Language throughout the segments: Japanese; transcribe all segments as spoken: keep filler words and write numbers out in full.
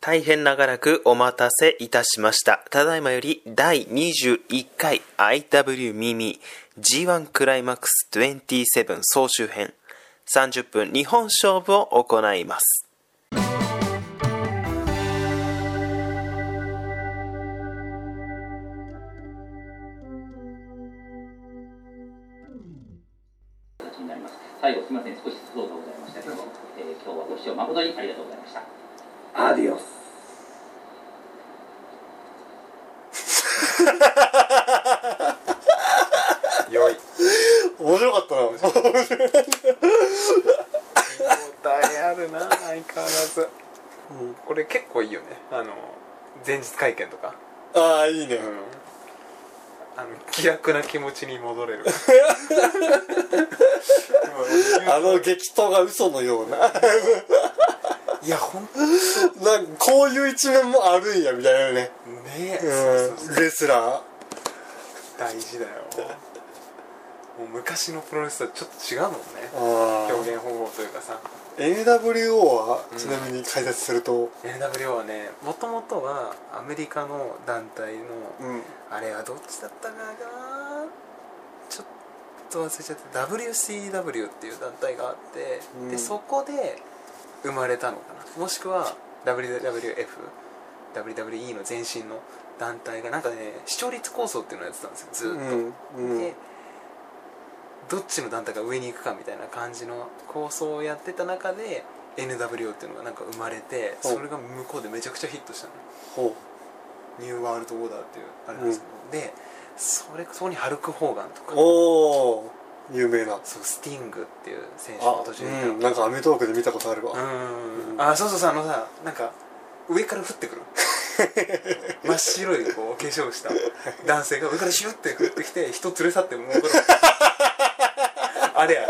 大変長らくお待たせいたしました。ただいまよりだいにじゅういっかい アイダブリュー 耳 ジーワン クライマックスにじゅうなな総集編さんじゅっぷん日本勝負を行います。 最後すみません、少し不動がございましたけど、えー、今日はご視聴誠にありがとうございました。 アディオス。 よい。面白かったな。面白い。答えあるな、相変わらず。うん、これ結構いいよね。あの前日会見とか。 ああ、いいね。 うん、あの気楽な気持ちに戻れる。 あの激闘が嘘のような。 いや本当なんかこういう一面もあるんやみたいなね。 ねえ、 うん、 そうそうそう、 レスラー大事だよ。もう昔のプロレスとはちょっと違うもんね、表現方法というかさ。 エヌダブリューオー はちなみに解説すると、 うん、エヌダブリューオー はね、もともとはアメリカの団体の、うん、あれはどっちだったかな、ちょっと忘れちゃって、 ダブリューシーダブリュー っていう団体があって、うん、でそこで生まれたのかな、もしくは ダブリューダブリューエフ ダブリューダブリューイー の前身の団体がなんかね、視聴率構想っていうのをやってたんですよ、ずっと、うんうん、でどっちの団体が上に行くかみたいな感じの構想をやってた中で エヌダブリューオー っていうのがなんか生まれて、それが向こうでめちゃくちゃヒットしたの。ほう、ニューワールドオーダーっていうあれなんですけど、うん、でそれそこにハルク・ホーガンとか、 おー有名な、 そうスティングっていう選手が途中にいた、 うん、なんかアメトーークで見たことあるわ。 うん、うん、あ、そうそうそう、あのさ、なんか上から降ってくる真っ白いこう化粧した男性が上からシュッて降ってきて人連れ去って戻るあれや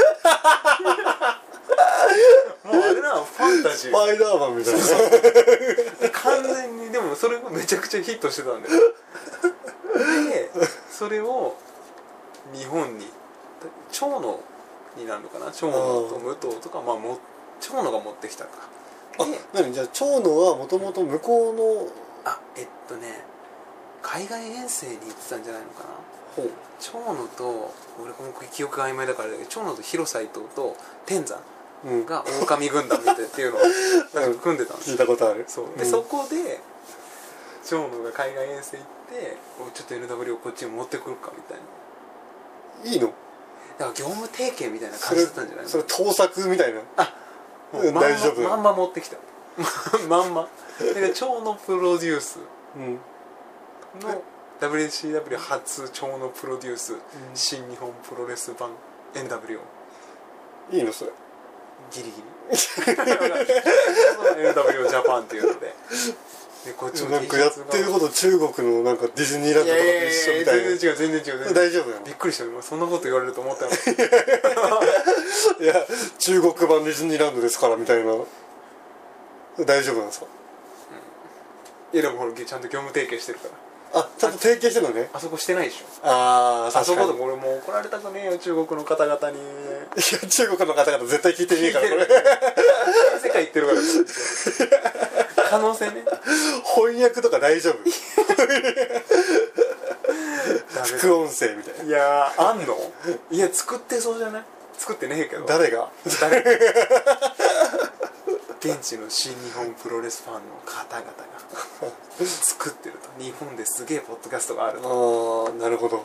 もうあれな、ファンタジー、 スパイダーマンみたいな。 完全に。でもそれがめちゃくちゃヒットしてたんだよ。でそれを日本に長野になるのかな、長野と武藤とか、まあ、も長野が持ってきたか。 あ、何じゃあ長野はもともと向こうの、 あ、えっとね海外遠征に行ってたんじゃないのかな。ほう、長野と、俺この記憶が曖昧だからだけど、長野と広斎藤と天山が狼軍団みたいっていうのを組んでたんですよ、 聞いたことある。 そうで、うん、そこで長野が海外遠征行ってちょっと エヌダブリュー をこっちに持ってくるかみたいな。 いいの？ だから業務提携みたいな感じだったんじゃないの？ それ、それ盗作みたいな。 あ、もう大丈夫、まんま持ってきたまんまで長野プロデュースの ダブリューシーダブリュー 初長野プロデュース、うん、新日本プロレス版 エヌダブリューオー。 いいのそれ？ ギリギリエヌダブリューオー ジャパンっていうので、でこっちもなんかやってること中国のなんかディズニーランドとかと一緒みたいな。 全然違う全然違う。 大丈夫なの？ びっくりした。そんなこと言われると思ったのいや、中国版ディズニーランドですからみたいな。大丈夫なんですか？ うん、いやでもほらちゃんと業務提携してるから。 あ、ちゃんと提携してるのね。 あそこしてないでしょ。 ああ、 あそこで俺もう怒られたくねえよ、中国の方々に。いや、中国の方々絶対聞いてねえからこれ世界行ってるから可能性ね。 翻訳とか大丈夫？副音声みたいな。 いやー、あんの？いや、作ってそうじゃない？作ってねえけど。 誰が？ 誰現地の新日本プロレスファンの方々が作ってると。日本ですげえポッドキャストがあると。 ああ、なるほど、うん、はい、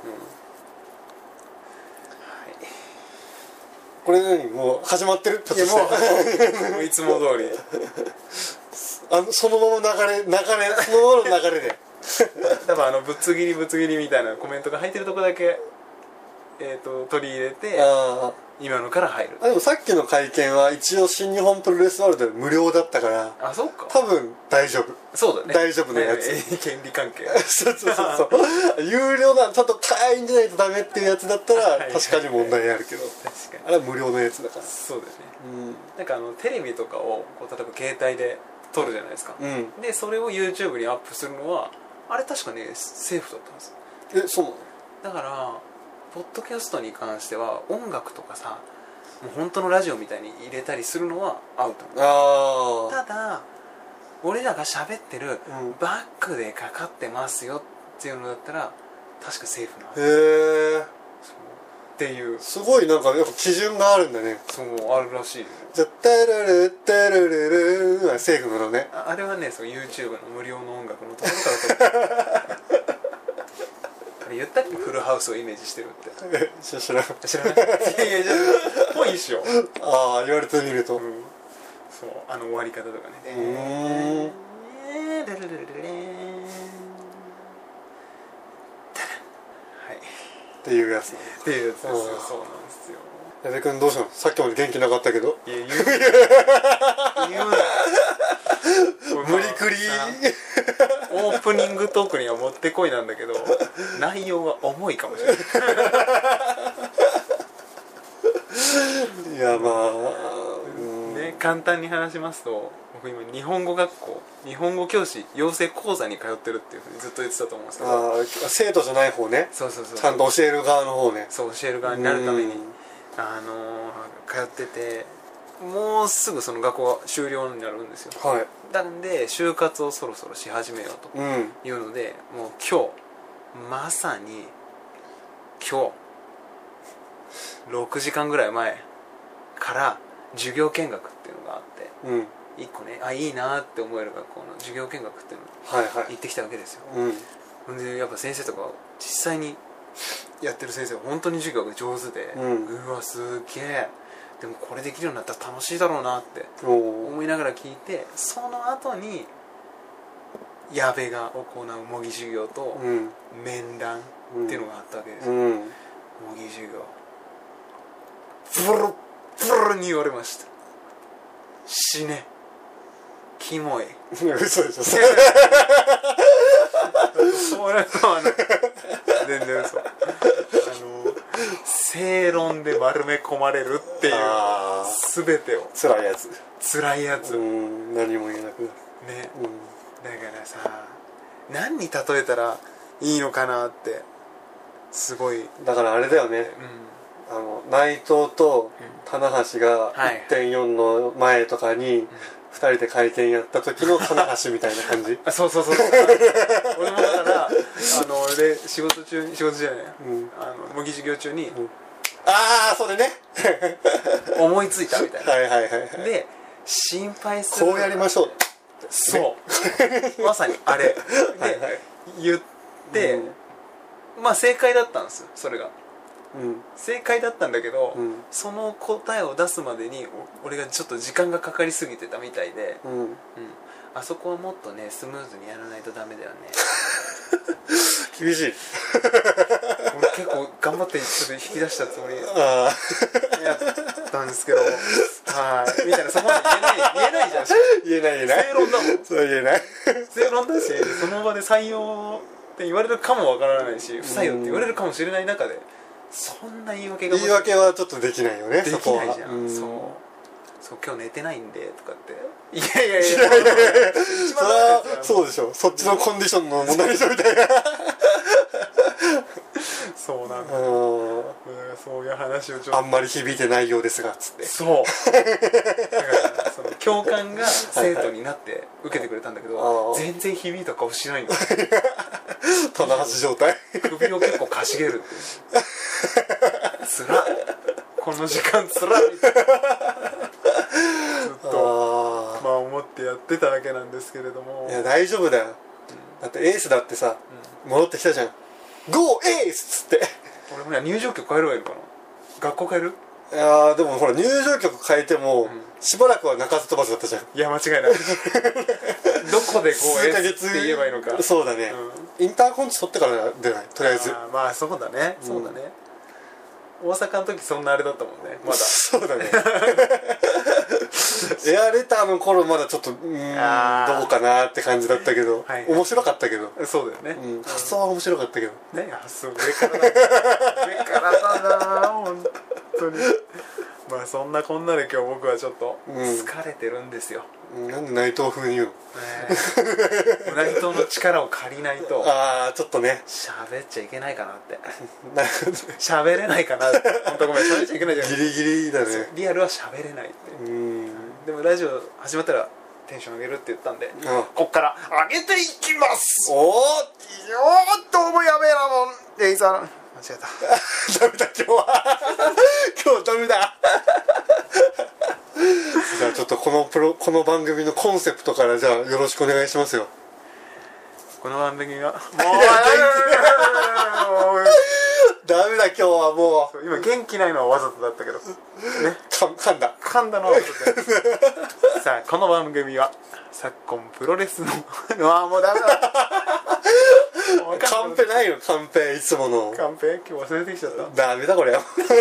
これ何もう始まってる？ いやもうもういつも通りあのそのまま流れ流れそのままの流れで多分あのぶつ切りぶつ切りみたいなコメントが入ってるとこだけ、えー、と取り入れて、あ今のから入る。 あ、でもさっきの会見は一応新日本プロレスワールドで無料だったから、 あ、そっか、 多分大丈夫。 そうだね、 大丈夫なやつ、 えー、権利関係そうそうそうそう有料なちゃんと会員じゃないとダメっていうやつだったら確かに問題あるけど、確かにあれは無料のやつだから。 そうだよね、うん、なんかあのテレビとかをこう例えば携帯で撮るじゃないですか、うん、でそれを YouTube にアップするのはあれ確かねセーフだったんですよ。 え、そうなの？ だからポッドキャストに関しては音楽とかさ、もう本当のラジオみたいに入れたりするのはアウト。 あただ俺らが喋ってるうんバックでかかってますよっていうのだったら確かセーフなはずへえっていう、 すごいなんかやっぱ基準があるんだね。 そうあるらしいよ。 じゃあタラルタルルルはセーフなのね。 ああれはね、そう YouTube の無料の音楽のところから撮ってあれ言ったっけ、フルハウスをイメージしてるってえ知知らん。 知らないいやいやぽいっしょ、 ああ言われてみると。 うん、そうあの終わり方とかね。 うーんルルルルルレーンはいっていうやつ。 っていうやつですよ。 うんそうなんですよ。 矢部君どうしたの？さっきまで元気なかったけど。 いや言う言うな無理くりオープニングトークにはもってこいなんだけど内容は重いかもしれないいやまあ、うんね、簡単に話しますと、僕今日本語学校日本語教師養成講座に通ってるっていうふうにずっと言ってたと思うんですけど、 あー生徒じゃない方ね。 そうそうそうちゃんと教える側の方ね。 そう教える側になるためにうんあのー、通ってて、もうすぐその学校が終了になるんですよ。 はい。 なんで就活をそろそろし始めようとうんいうので、もう今日まさに今日ろくじかんぐらい前から授業見学っていうのがあって、 うん一個ね、あいいなって思える学校の授業見学っていうのはいはい行ってきたわけですよ。 うんほんでやっぱ先生とか実際にやってる先生は本当に授業が上手で、 うんうわすげえ、でもこれできるようになったら楽しいだろうなっておー思いながら聞いて、その後に矢部が行う模擬授業とうん面談っていうのがあったわけですよ。 うん模擬授業ブルッブルに言われました。死ね、キモい嘘でしょそそういうのはね全然嘘。あの正論で丸め込まれるっていうあ全てを辛いやつ。 辛いやつ、 うね、 ん何も言えなくなる。 だからさ、何に例えたらいいのかなってすごい、うん、 うんだからあれだよね。あの内藤と棚橋がはいいってんよん の前とかにふたりで会見やった時の棚橋みたいな感じ。 あそうそうそう俺もだからあので仕事中に仕事じゃない、 うんあの模擬授業中にああそれね思いついたみたいな、 はいはいはいはい。 で心配するこうやりましょう。 そうまさにあれではいはい言って、まあ正解だったんですよそれが。 うん正解だったんだけど、 うんその答えを出すまでにお俺がちょっと時間がかかりすぎてたみたいで、 うんうん、あそこはもっとねスムーズにやらないとダメだよね厳しい。 俺結構頑張ってちょっと引き出したつもりあやったんですけどはいみたいな、そこまで言えない言えないじゃん。 あ言えない言えない。 正論だもん。 そう言えない。 正論だし、その場で採用って言われるかもわからないし、不採用って言われるかもしれない中でそんな言い訳が言い訳はちょっとできないよね。 でそこはきないじゃん。 うんそうそう今日寝てないんでとかっていやいやいやいやいやいや一それ番ダメだよはそうでしょ。そっちのコンディションの問題でしょみたいな。 そうなんだ。 うんだからそういう話をちょっとあんまり響いてないようですがつって。 そうだからその教官が生徒になって受けてくれたんだけど、 はいはい全然響いた顔しないの。 棚橋状態。 首を結構かしげるってつらっこの時間つらっみたいなずっとあまあ思ってやってたわけなんですけれども、 あ。いや大丈夫だよ。だってエースだってさ、戻ってきたじゃん。ゴーエースっつって。 俺もね入場曲変えればいいのかな。学校変える？ いやーでもほら入場曲変えても、 んしばらくは鳴かず飛ばずだったじゃん。 いや間違いないどこでこう数ヶ S 月って言えばいいのか。 そうだね、インターコンチ取ってから出ないとりあえず。 あーまあそうだねそうだね、大阪の時そんなあれだったもんねまだそうだねエアレターの頃まだちょっとうーんあーどうかなって感じだったけど、 はい面白かったけど、 そうだよね、 うん、発想は面白かったけど、 ね発想上からだ上からだな本当にまあそんなこんなで今日僕はちょっとうん疲れてるんんですよ、 うん、なんで内藤風に言うの。 えー、内藤の力を借りないとああちょっとね喋っちゃいけないかなってなるほど喋れないかなって本当ごめん喋っちゃいけないじゃんギリギリだね。 リアルは喋れないって、 うんでもラジオ始まったらテンション上げるって言ったんで、 んこっから上げていきます。 おおよーっともやべえなもんレイザー間違えたダメだ今日は今日ダメだじゃあちょっとこのプロこの番組のコンセプトからじゃあよろしくお願いしますよ。 この番組がもうダメだ今日はもう今元気ないのはわざとだったけどねか噛んだ噛んだのはわざとださあこの番組は昨今プロレスのああもうダメだカンペないのカンペいつものカンペ今日忘れてきちゃったダメだこれ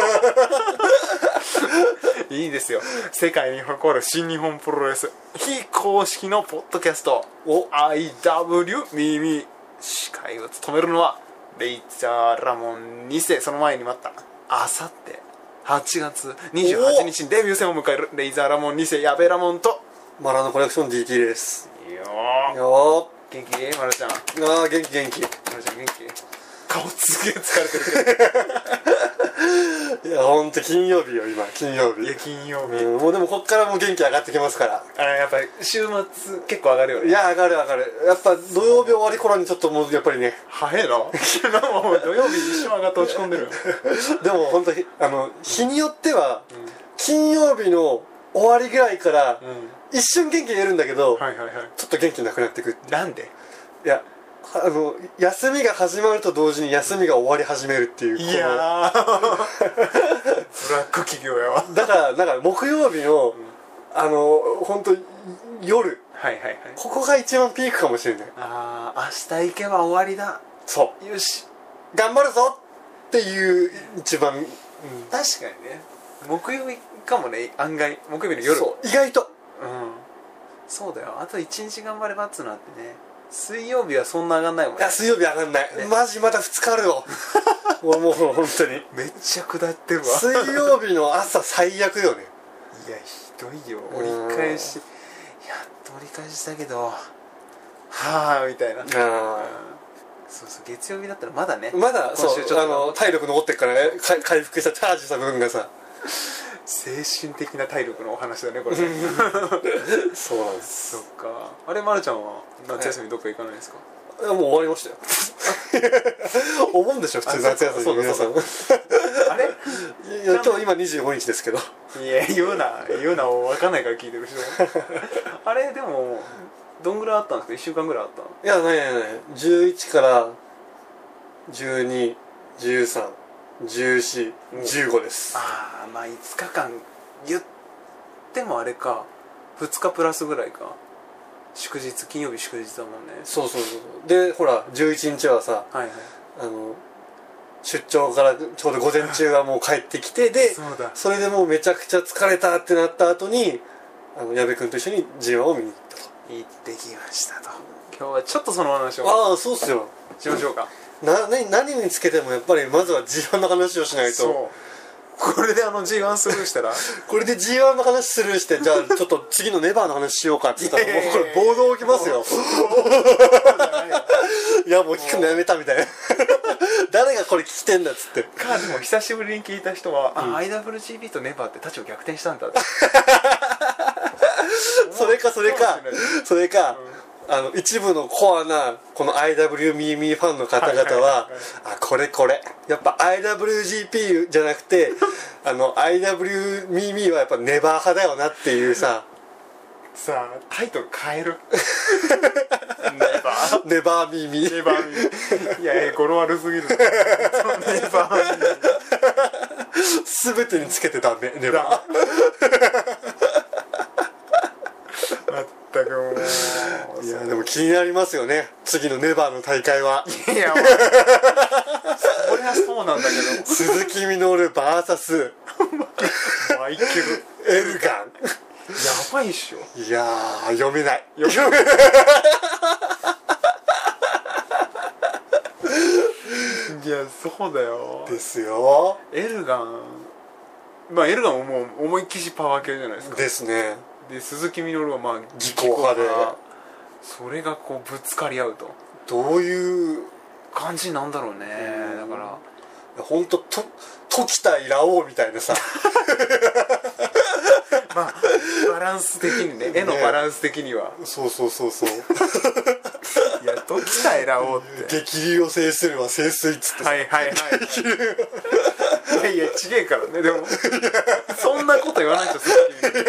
いいですよ世界に誇る新日本プロレス非公式のポッドキャストおアイダブリュー 耳司会を務めるのはレイザーラモンに世その前に待ったあさってはちがつにじゅうはちにちにデビュー戦を迎えるレイザーラモンに世矢部ラモンとマラノコレクション ディーティー ですいいよーよ元気まるちゃんまーあー元気元気るちゃん元気顔すげえ疲れてるけどいやほんと金曜日よ今金曜日いや金曜日、 うん、もうでもこっからもう元気上がってきますからあれやっぱり週末結構上がるよねいや上がる上がるやっぱ土曜日終わり頃にちょっともうやっぱりね早いなもう土曜日一瞬上がって落ち込んでるよでも本当にあの日によっては、うん、金曜日の終わりぐらいから、うん、一瞬元気出るんだけど、 はいはいはい、ちょっと元気なくなってくるなんでいやあの休みが始まると同時に休みが終わり始めるっていういやーブラック企業やわだからだから木曜日の、うん、あの本当夜はいはいはいここが一番ピークかもしれないああ明日行けば終わりだそうよし頑張るぞっていう一番、うん、 確かにね木曜日かもね案外木曜日の夜そう意外とうんそうだよあと一日頑張ればっつうのあってね水曜日はそんな上がんないもんねいや水曜日上がんない、ね、マジまたふつかあるよもうもう本当にめっちゃ下ってるわ水曜日の朝最悪よねいやひどいよ折り返しやっと折り返ししたけどはあみたいなあ、うん、そうそう月曜日だったらまだねまだそうあの体力残ってっからね回復したチャージした分がさ精神的な体力のお話だねこれそうなんですそっかあれまるちゃんは夏休みどっか行かないですか、 いやもう終わりましたよ思うんでしょ普通夏休み皆さんあれいや今日今にじゅうごにちですけどいや言うな言うな分かんないから聞いてる人あれでもどんぐらいあったんですかいっしゅうかんぐらいあったのいやないないないじゅういちからじゅうに、じゅうさんじゅうよん、じゅうごですああまあいつかかん言ってもあれかふつかプラスぐらいか祝日金曜日祝日だもんねそうそうそうでほらじゅういちにちはさ、はいはい、あの出張からちょうど午前中はもう帰ってきてで そ, それでもうめちゃくちゃ疲れたってなった後にあの矢部君と一緒に ジーワン を見に行ったと行ってきましたと今日はちょっとその話をああそうっすよしましょうかな何, 何につけてもやっぱりまずは ジーワン の話をしないとそうこれであの ジーワン スルーしたらこれで ジーワン の話スルーしてじゃあちょっと次のネバーの話しようかって言ったらもうこれ暴動起きますよいやもう聞くのやめたみたいな誰がこれ聞きてんだっつってかでも久しぶりに聞いた人は、うん、あ アイダブリュージーピー とネバーって立場逆転したんだってそれかそれかそれか、うん、あの一部のコアなこの アイダブリュー ミーミーファンの方々は、はいはいはいはい、あこれこれやっぱ アイダブリュージーピー じゃなくてあの アイダブリュー ミーミーはやっぱネバー派だよなっていうささあタイトル変えるネバーネバーミーミーネバーミーいやいや語呂悪すぎるネバーミー全てにつけてダメネバー全くもういやでも気になりますよね次のネバーの大会はいやそりゃそうなんだけど鈴木みのる ブイエスマイケルエルガンやばいっしょいやー読めない読めないいやそうだよですよエルガンまあエルガンももう思いっきしパワー系じゃないですかですねで鈴木みのるはまあ技巧派でそれがこうぶつかり合うとどういう感じなんだろうねだから本当と時田イラオウみたいなさまあバランス的にね、絵のバランス的には、 ね、そうそうそうそういやどっちか選ぼうって激流を制するは清水っつってはいはいはい、はい、いやいやちげえからねでもそんなこと言わないとさっき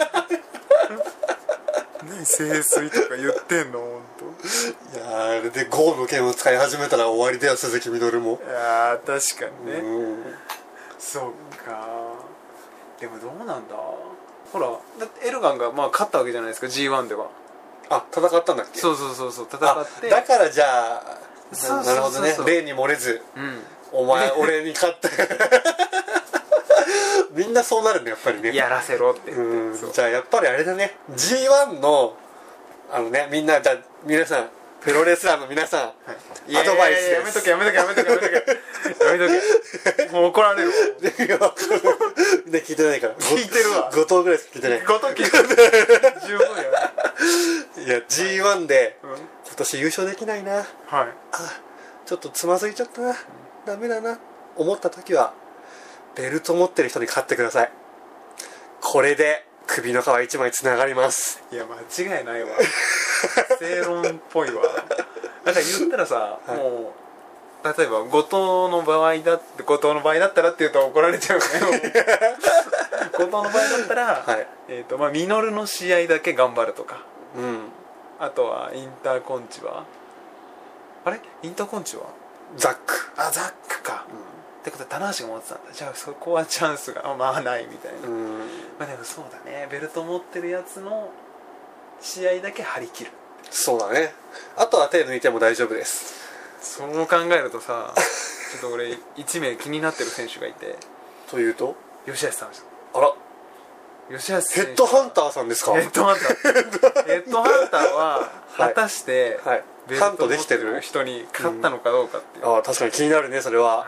何清水とか言ってんの本いやーあれでゴーの剣を使い始めたら終わりだよ鈴木みのるも。 当いや確かにね、 うんそうか。でもどうなんだ、ほらだってエルガンがまあ勝ったわけじゃないですか ジーワン では。 あ戦ったんだっけ。 そうそうそうそう戦あってだからじゃあそうそうそうそうなるほどね例に漏れずうんお前俺に勝ってみんなそうなるんだやっぱりね。 やらせろってうんそうじゃあやっぱりあれだね ジーワン のあのねみんなじゃあ皆さんプロレスラーの皆さん、はい、アドバイスです。 やめとけやめとけやめとけやめとけやめとけもう怒られるわみんな聞いてないから聞いてるわご頭ぐらいしか聞いてないごと聞いてる十分よねいや ジーワン で、 うん、 今年優勝できないな、 はいあちょっとつまずいちゃったな、ダメだな思った時はベルト持ってる人に勝ってください。これで首の皮一枚つながります。 いや間違いないわ正論っぽいわ。なんか言ったらさ、はい、もう例えば後藤の場合だって後藤の場合だったらって言うと怒られちゃうね後藤の場合だったら、はいえーとまあ、ミノルの試合だけ頑張るとか、うん、あとはインターコンチはあれインターコンチはザックあザックか、うん、ってことは棚橋が持ってたんだ。じゃあそこはチャンスがまあないみたいな、うん、まあでもそうだねベルト持ってるやつの試合だけ張り切る。 そうだね。あとは手抜いても大丈夫です。 そう考えるとさちょっと俺いち名気になってる選手がいて。 というと吉橋さん。 あら吉橋選手ヘッドハンターさんですか。 ヘッドハンターヘッドハンターは果たしてベルト持ってる人に勝ったのかどうかっていう、 うん、ああ確かに気になるねそれは、はい、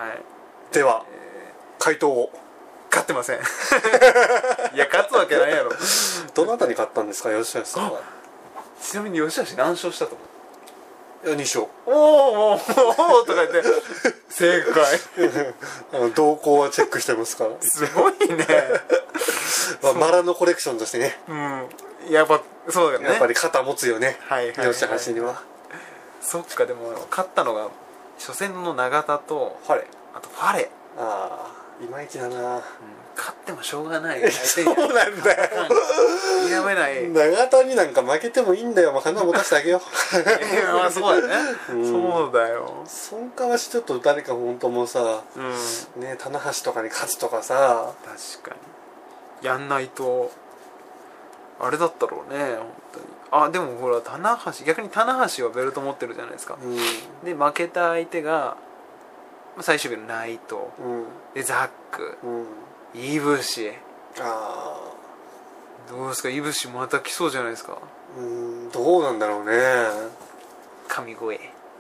では、えー、回答を。 勝ってませんいや勝つわけないやろどなたに勝ったんですか吉橋さんは。 ちなみに吉橋何勝したと思う。 いやに勝。 おーおーおーとか言って正解あの動向はチェックしてますからすごいねまあ、マラのコレクションとしてね、 うん、やっぱそうだよねやっぱり肩持つよね、 はいはいはいはい、 吉橋には。 そっか。でも勝ったのが初戦の永田とファレ、 あとファレ。 ああいまいちだな、うん、 勝ってもしょうがないそうなんだよやめない永田になんか負けてもいいんだよ、まあ、花持たせてあげよういやまあそうだね、うん、そうだよ。 そんかわしちょっと誰か本当もうさ、うん、ね棚橋とかに勝つとかさ確かにやんないとあれだったろうね本当に。あでもほら棚橋逆に棚橋はベルト持ってるじゃないですか、うん、で負けた相手が最終日のナイト、うん、でザック、うん、イブシ。あどうですかイブシまた来そうじゃないですか。 うんどうなんだろうね。 神声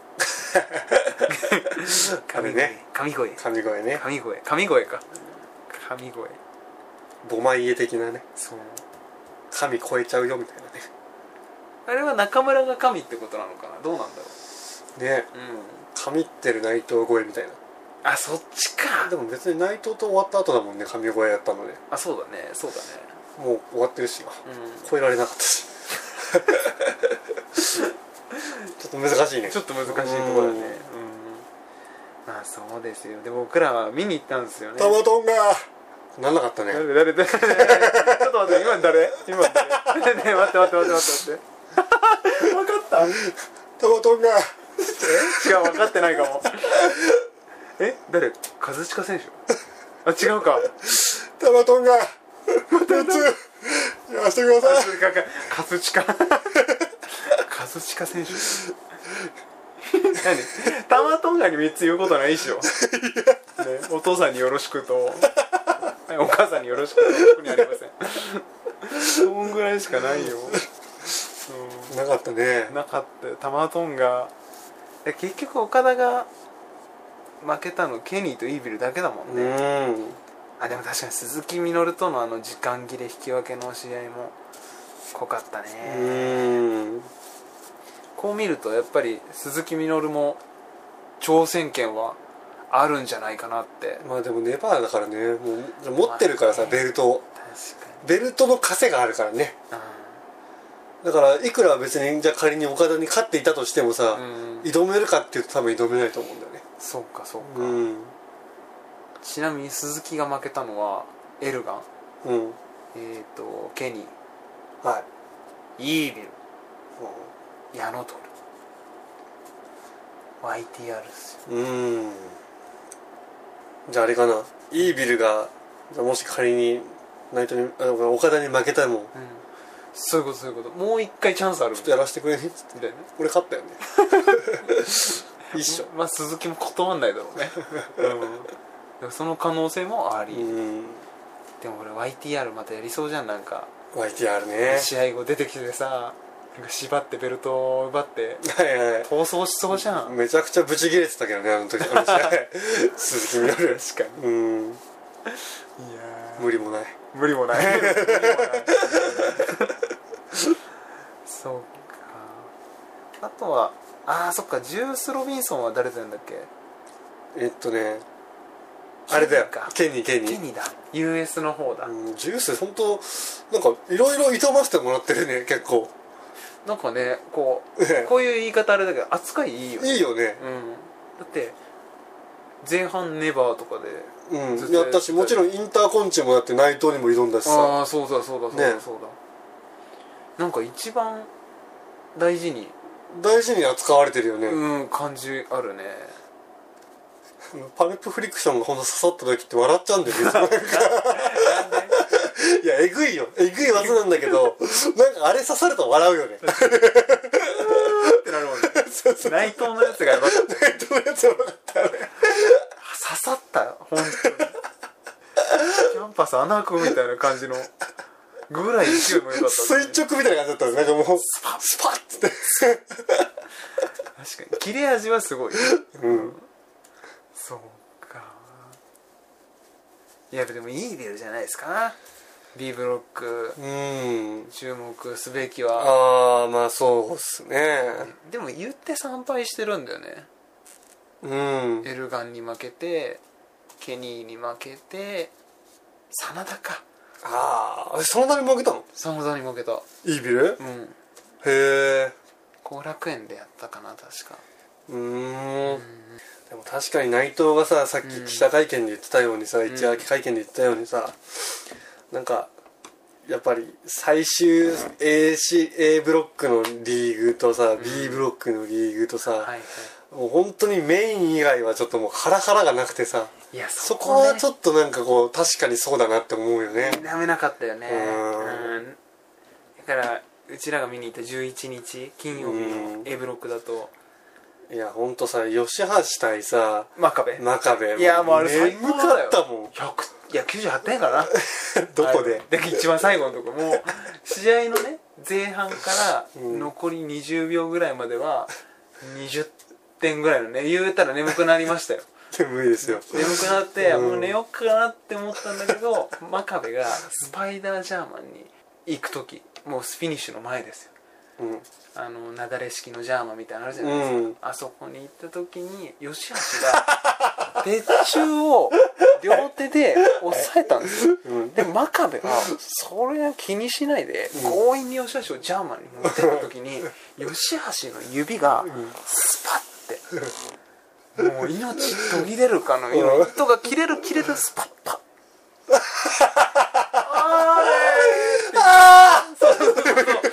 神ね神声神声ね神声神声か神声ボマイエ的なね。 そう神超えちゃうよみたいなね。 あれは中村が神ってことなのかな。どうなんだろうね、うん、神ってる内藤超えみたいな。 あそっちか。 でも別に内藤と終わった後だもんね神超えやったので。 あそうだねそうだねもう終わってるし、うん、超えられなかったしちょっと難しいね。 ちょっと難しいところだね。うん、うん、まあそうですよ。で僕らは見に行ったんですよね。 タマトンがなんなかったね。 誰誰誰ちょっと待って今誰今誰ね待って待って待って待って待って分かったタマトンがえ違う分かってないかもえ誰和親選手あ違うかタマトンが待って待ってやらせてください。 和親和親選手何タマトンガにみっつ言うことないっしょ、ね、お父さんによろしくとお母さんによろしくと特にありませんそんぐらいしかないよ、 うん、なかったね。 なかったよタマトンガ。結局岡田が負けたのケニーとイービルだけだもんね。うんあでも確かに鈴木みのるとのあの時間切れ引き分けの試合も濃かったね。うんこう見るとやっぱり鈴木みのるも挑戦権はあるんじゃないかなって。 まあでもネバーだからね、もう持ってるからさ、 まあね、 ベルトを確かにベルトの枷があるからね。だからいくら別にじゃあ仮に岡田に勝っていたとしてもさ、うん、挑めるかっていうと多分挑めないと思うんだよね。 そうかそうか、 うん、 ちなみに鈴木が負けたのはエルガン、 うん、 えっ、ー、とケニー、はい、 イービル、うん、ヤノトル、 ワイティーアール ですよ。 うん、じゃああれかな、イービルがもし仮にナイトに岡田に負けたらもう、うん、 そういうことそういうこと、もう一回チャンスある、 ちょっとやらせてくれねっつってみたいな、俺勝ったよね一緒。 まあ鈴木も断んないだろうね、うん、でもその可能性もあり、うん、でも俺 ワイティーアール またやりそうじゃん。なんかワイティーアール ね、 試合後出てきてさ、なんか縛ってベルトを奪ってはいはい、 逃走しそうじゃん。 めちゃくちゃブチ切れてたけどね、あの時あの試合鈴木みのる、 確かに、うん、いや無理もない無理もない無理もないそうか。あとはあーそっか、ジュース・ロビンソンは誰だんだっけ。 えっとねあれだよ、ケニーケニーケニーだ、 ユーエス の方だ、 うん、ジュース本当なんかいろいろ挑ませてもらってるね、結構なんかね、こうこういう言い方あれだけど扱いいいよね。 いいよね、 うん、だって前半ネバーとかで、 うん、やったし、もちろんインターコンチもやって内藤にも挑んだしさ。 ああそうだそうだそうだそうだ、ね、なんか一番大事に大事に扱われてるよね、 うん、感じあるね。 パルプフリクションがほんと刺さった時って笑っちゃうんだよねなんかいやえぐいよ、えぐい技なんだけどなんかあれ刺さると笑うよねってなるもんねそうそう、内藤のやつがやばかった内藤のやつやばかったね刺さったよ本当にキャンパス穴開くみたいな感じのぐらい勢いも良かった、 ね、垂直みたいな感じだったの、なんかもうスパッスパッつって確かに切れ味はすごい、うん、そうか。いやでもいいビルじゃないですか B ブロック、うん、注目すべきは。 ああまあそうっすね。 でも言って参拝してるんだよね、 うん、 エルガンに負けてケニーに負けて真田か。 ああ真田に負けたの。 真田に負けたイービル、 うん、 へえ後楽園でやったかな確か。 うーん、うん、でも確かに内藤がさ、さっき記者会見で言ってたようにさ、うん、一夜明け会見で言ってたようにさ、なんかやっぱり最終 A, C A ブロックのリーグとさ、うん、B ブロックのリーグとさ、はいはい、もう本当にメイン以外はちょっともうハラハラがなくてさ、 いやそ, こ、ね、そこはちょっとなんかこう確かにそうだなって思うよね。 ダメなかったよね。うん、だからうちらが見に行ったじゅういちにち金曜日の A ブロックだと、 いやほんとさ、吉橋対さ真壁真壁いやもうあれ最高だよ。 眠かったもん。 ひゃくいやきゅうじゅうはってんかなどこでで一番最後のとこもう試合のね前半から残りにじゅうびょうぐらいまではにじゅってんぐらいのね、言うたら眠くなりましたよ眠いですよ。 眠くなって、うん、もう寝よっかなって思ったんだけど真壁がスパイダージャーマンに行く時、もうフィニッシュの前ですよ、うん、あの雪崩式のジャーマンみたいなのあるじゃないですか、うん、あそこに行った時に吉橋が鉄柱を両手で押さえたんですよ、うん、で真壁はそれは気にしないで、うん、強引に吉橋をジャーマンに持ってった時に吉橋の指がスパッてもう命途切れるかのように糸が切れる切れるスパッパッあーれーあーそうそうそうそうそう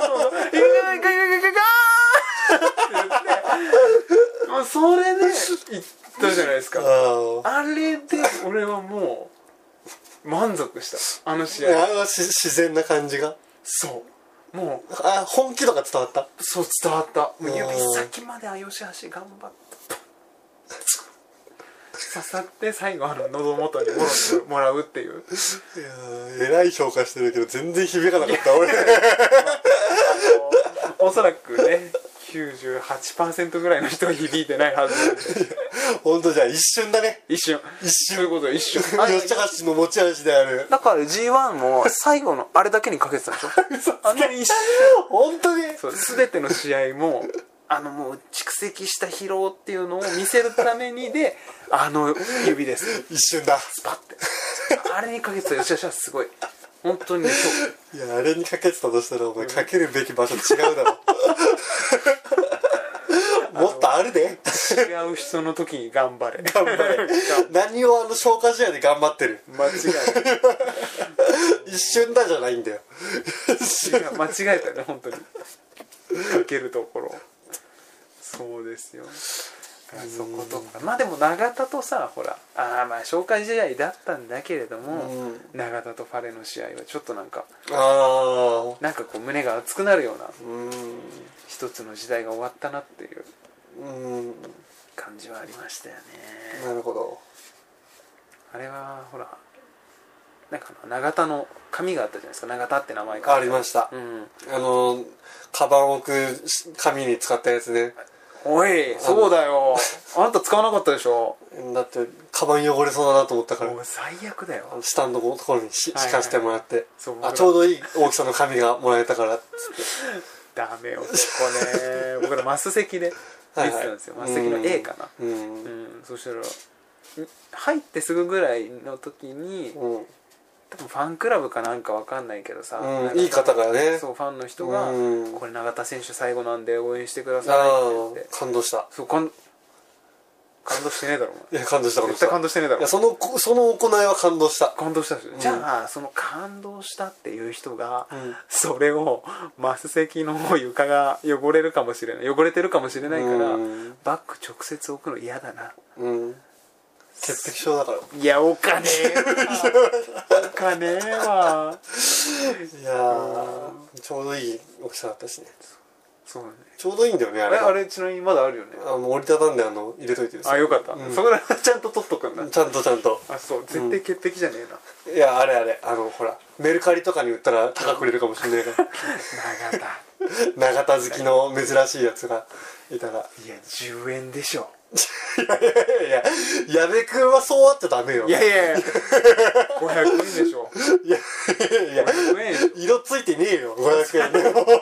もうそれで行ったじゃないですか。あれで俺はもう満足した。あの試合あの自然な感じが、 そうもうあ本気とか伝わった。 そう伝わった。もう指先まであ吉橋頑張った刺さって最後あの喉元にもろもらうっていう。 いやえらい評価してるけど全然響かなかった俺おそらくねきゅうじゅうはちパーセント ぐらいの人は響いてないはず本当じゃあ一瞬だね。 一瞬一瞬そういうこと一瞬吉橋の持ち味である。 だから ジーワン も最後のあれだけにかけてたんでしょあの一瞬本当にそう全ての試合もあのもう蓄跡した疲労っていうのを見せるためにであの指です一瞬だスパッてあれにかけてた吉田はすごい本当にねいやあれにかけてたとしたらお前かけるべき場所違うだろもっとあるで違う人の時に頑張れ頑張れ何をあの消化試合で頑張ってる間違えた一瞬だじゃないんだよ違う間違えたね本当にかけるところそうですよそことかまあでも永田とさほらあまあ紹介試合だったんだけれども永田とファレの試合はちょっとなんかあなんかこう胸が熱くなるようなうん一つの時代が終わったなっていううん感じはありましたよね。 なるほどあれはほらなんか永田の紙があったじゃないですか永田って名前がありました、 うん、 あのカバンを置く紙に使ったやつねおいそうだよあんた使わなかったでしょだってカバン汚れそうだなと思ったからもう最悪だよスタンドのところにし敷かせてもらって、 そうあちょうどいい大きさの紙がもらえたからっつってダメよそこね僕らマス席で見てたんですよ、 はいはい、 マス席の A かなうん、うんうん、そしたら入ってすぐぐらいの時に、 うん、 多分ファンクラブかなんかわかんないけどさ、 うん、いい方がねそうファンの人が、 うん、 これ永田選手最後なんで応援してくださいって言って感動したそう感感動してねえだろお前いや感動した絶対感動してねえだろいやそのその行いは感動した感動したでしょ、 うん、 じゃあその感動したっていう人が、 うん、 それをマス席の床が汚れるかもしれない汚れてるかもしれないから、うん、バッグ直接置くの嫌だなうん潔癖症だからいやお金お金はいやーちょうどいい大きさだったしねそうだねちょうどいいんだよねあれあれちなみにまだあるよねあの折りたたんであの入れといてるあよかった、うん、そこらちゃんと取っとくんだちゃんとちゃんとあそう絶対潔癖じゃねえな、 うん、いやあれあれあのほらメルカリとかに売ったら高く売れるかもしれないから永田永田好きの珍しいやつがいたらいやじゅうえんでしょいやいやいや矢部君はそうあっちゃダメよいやいやいやごひゃくえんでしょいやいやいや色ついてねえよごひゃくえんでも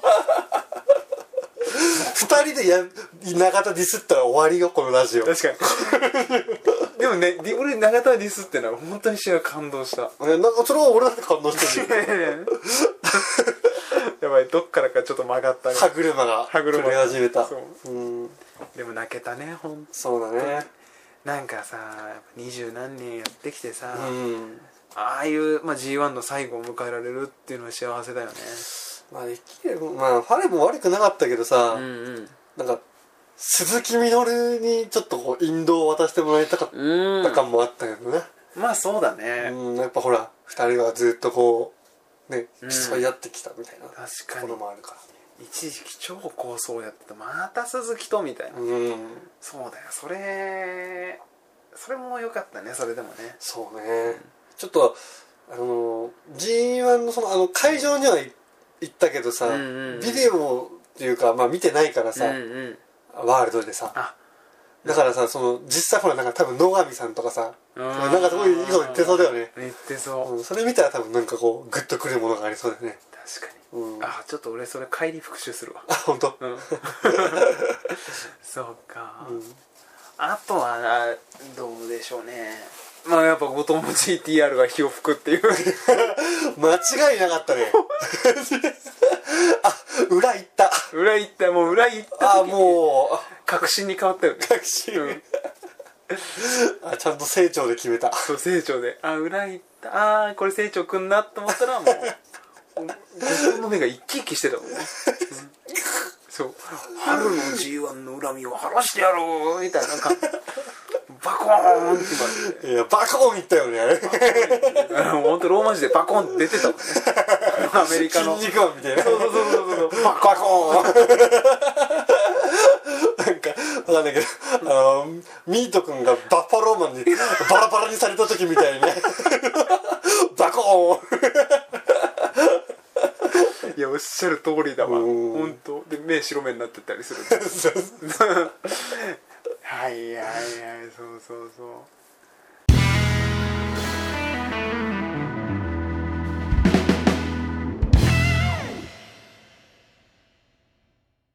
ふたりでや永田ディスったら終わりよこのラジオ確かにでもね俺永田ディスってのは本当に試合感動したなんかそれは俺だって感動してるやばいどっからかちょっと曲がった歯車が歯車触れ始めたそう、 うん、 でも泣けたねほんそうだねなんかさ二十何年やってきてさ、 うん、 ああいう、まあ、ジーワン の最後を迎えられるっていうのは幸せだよねまあできるまあファレも悪くなかったけどさ、 うんうん、 なんか鈴木みのるにちょっとこう引導を渡してもらいたかった感もあったけどね、 うん、まあそうだね、 うん、やっぱほらふたりはずっとこうね競い合ってきたみたいなところもあるから一時期超構想やってたまた鈴木とみたいな、 うん、 そうだよそれそれも良かったねそれでもねそうね、うん、ちょっとあの ジーワン のそのあの会場には行ったけどさ、うんうんうん、ビデオっていうかまあ見てないからさ、うんうん、ワールドでさだからさその実際ほらなんか多分野上さんとかさなんかすごいいいこと言ってそうだよね言ってそう、 うん、それ見たら多分なんかこうグッとくるものがありそうだよね確かに、うん、あちょっと俺それ帰り復習するわあ本当、うん、 そうか、うん、あとはどうでしょうねまあやっぱ後藤の ジーティーアール が火を吹くっていう間違いなかったねあ裏行った裏行ったもう裏行ったあもう確信に変わったよね確信、うん、あちゃんと成長で決めたそう成長であ裏行ったあこれ成長くんなと思ったらもう後藤の目が生き生きしてたもんね、うん、そう春の ジーワン の恨みを晴らしてやろうみたいななんかバコーンって言っていやバコーンいったよねあれほんとローマ字でバコーンって出てたもんねアメリカの筋肉マンみたいなそうそうそうそうバコーンなんかわかんないけどあのミート君がバッファローマンにバラバラにされた時みたいにねバコーンいやおっしゃる通りだわほんとで目白目になってたりするはいはいはいそうそうそう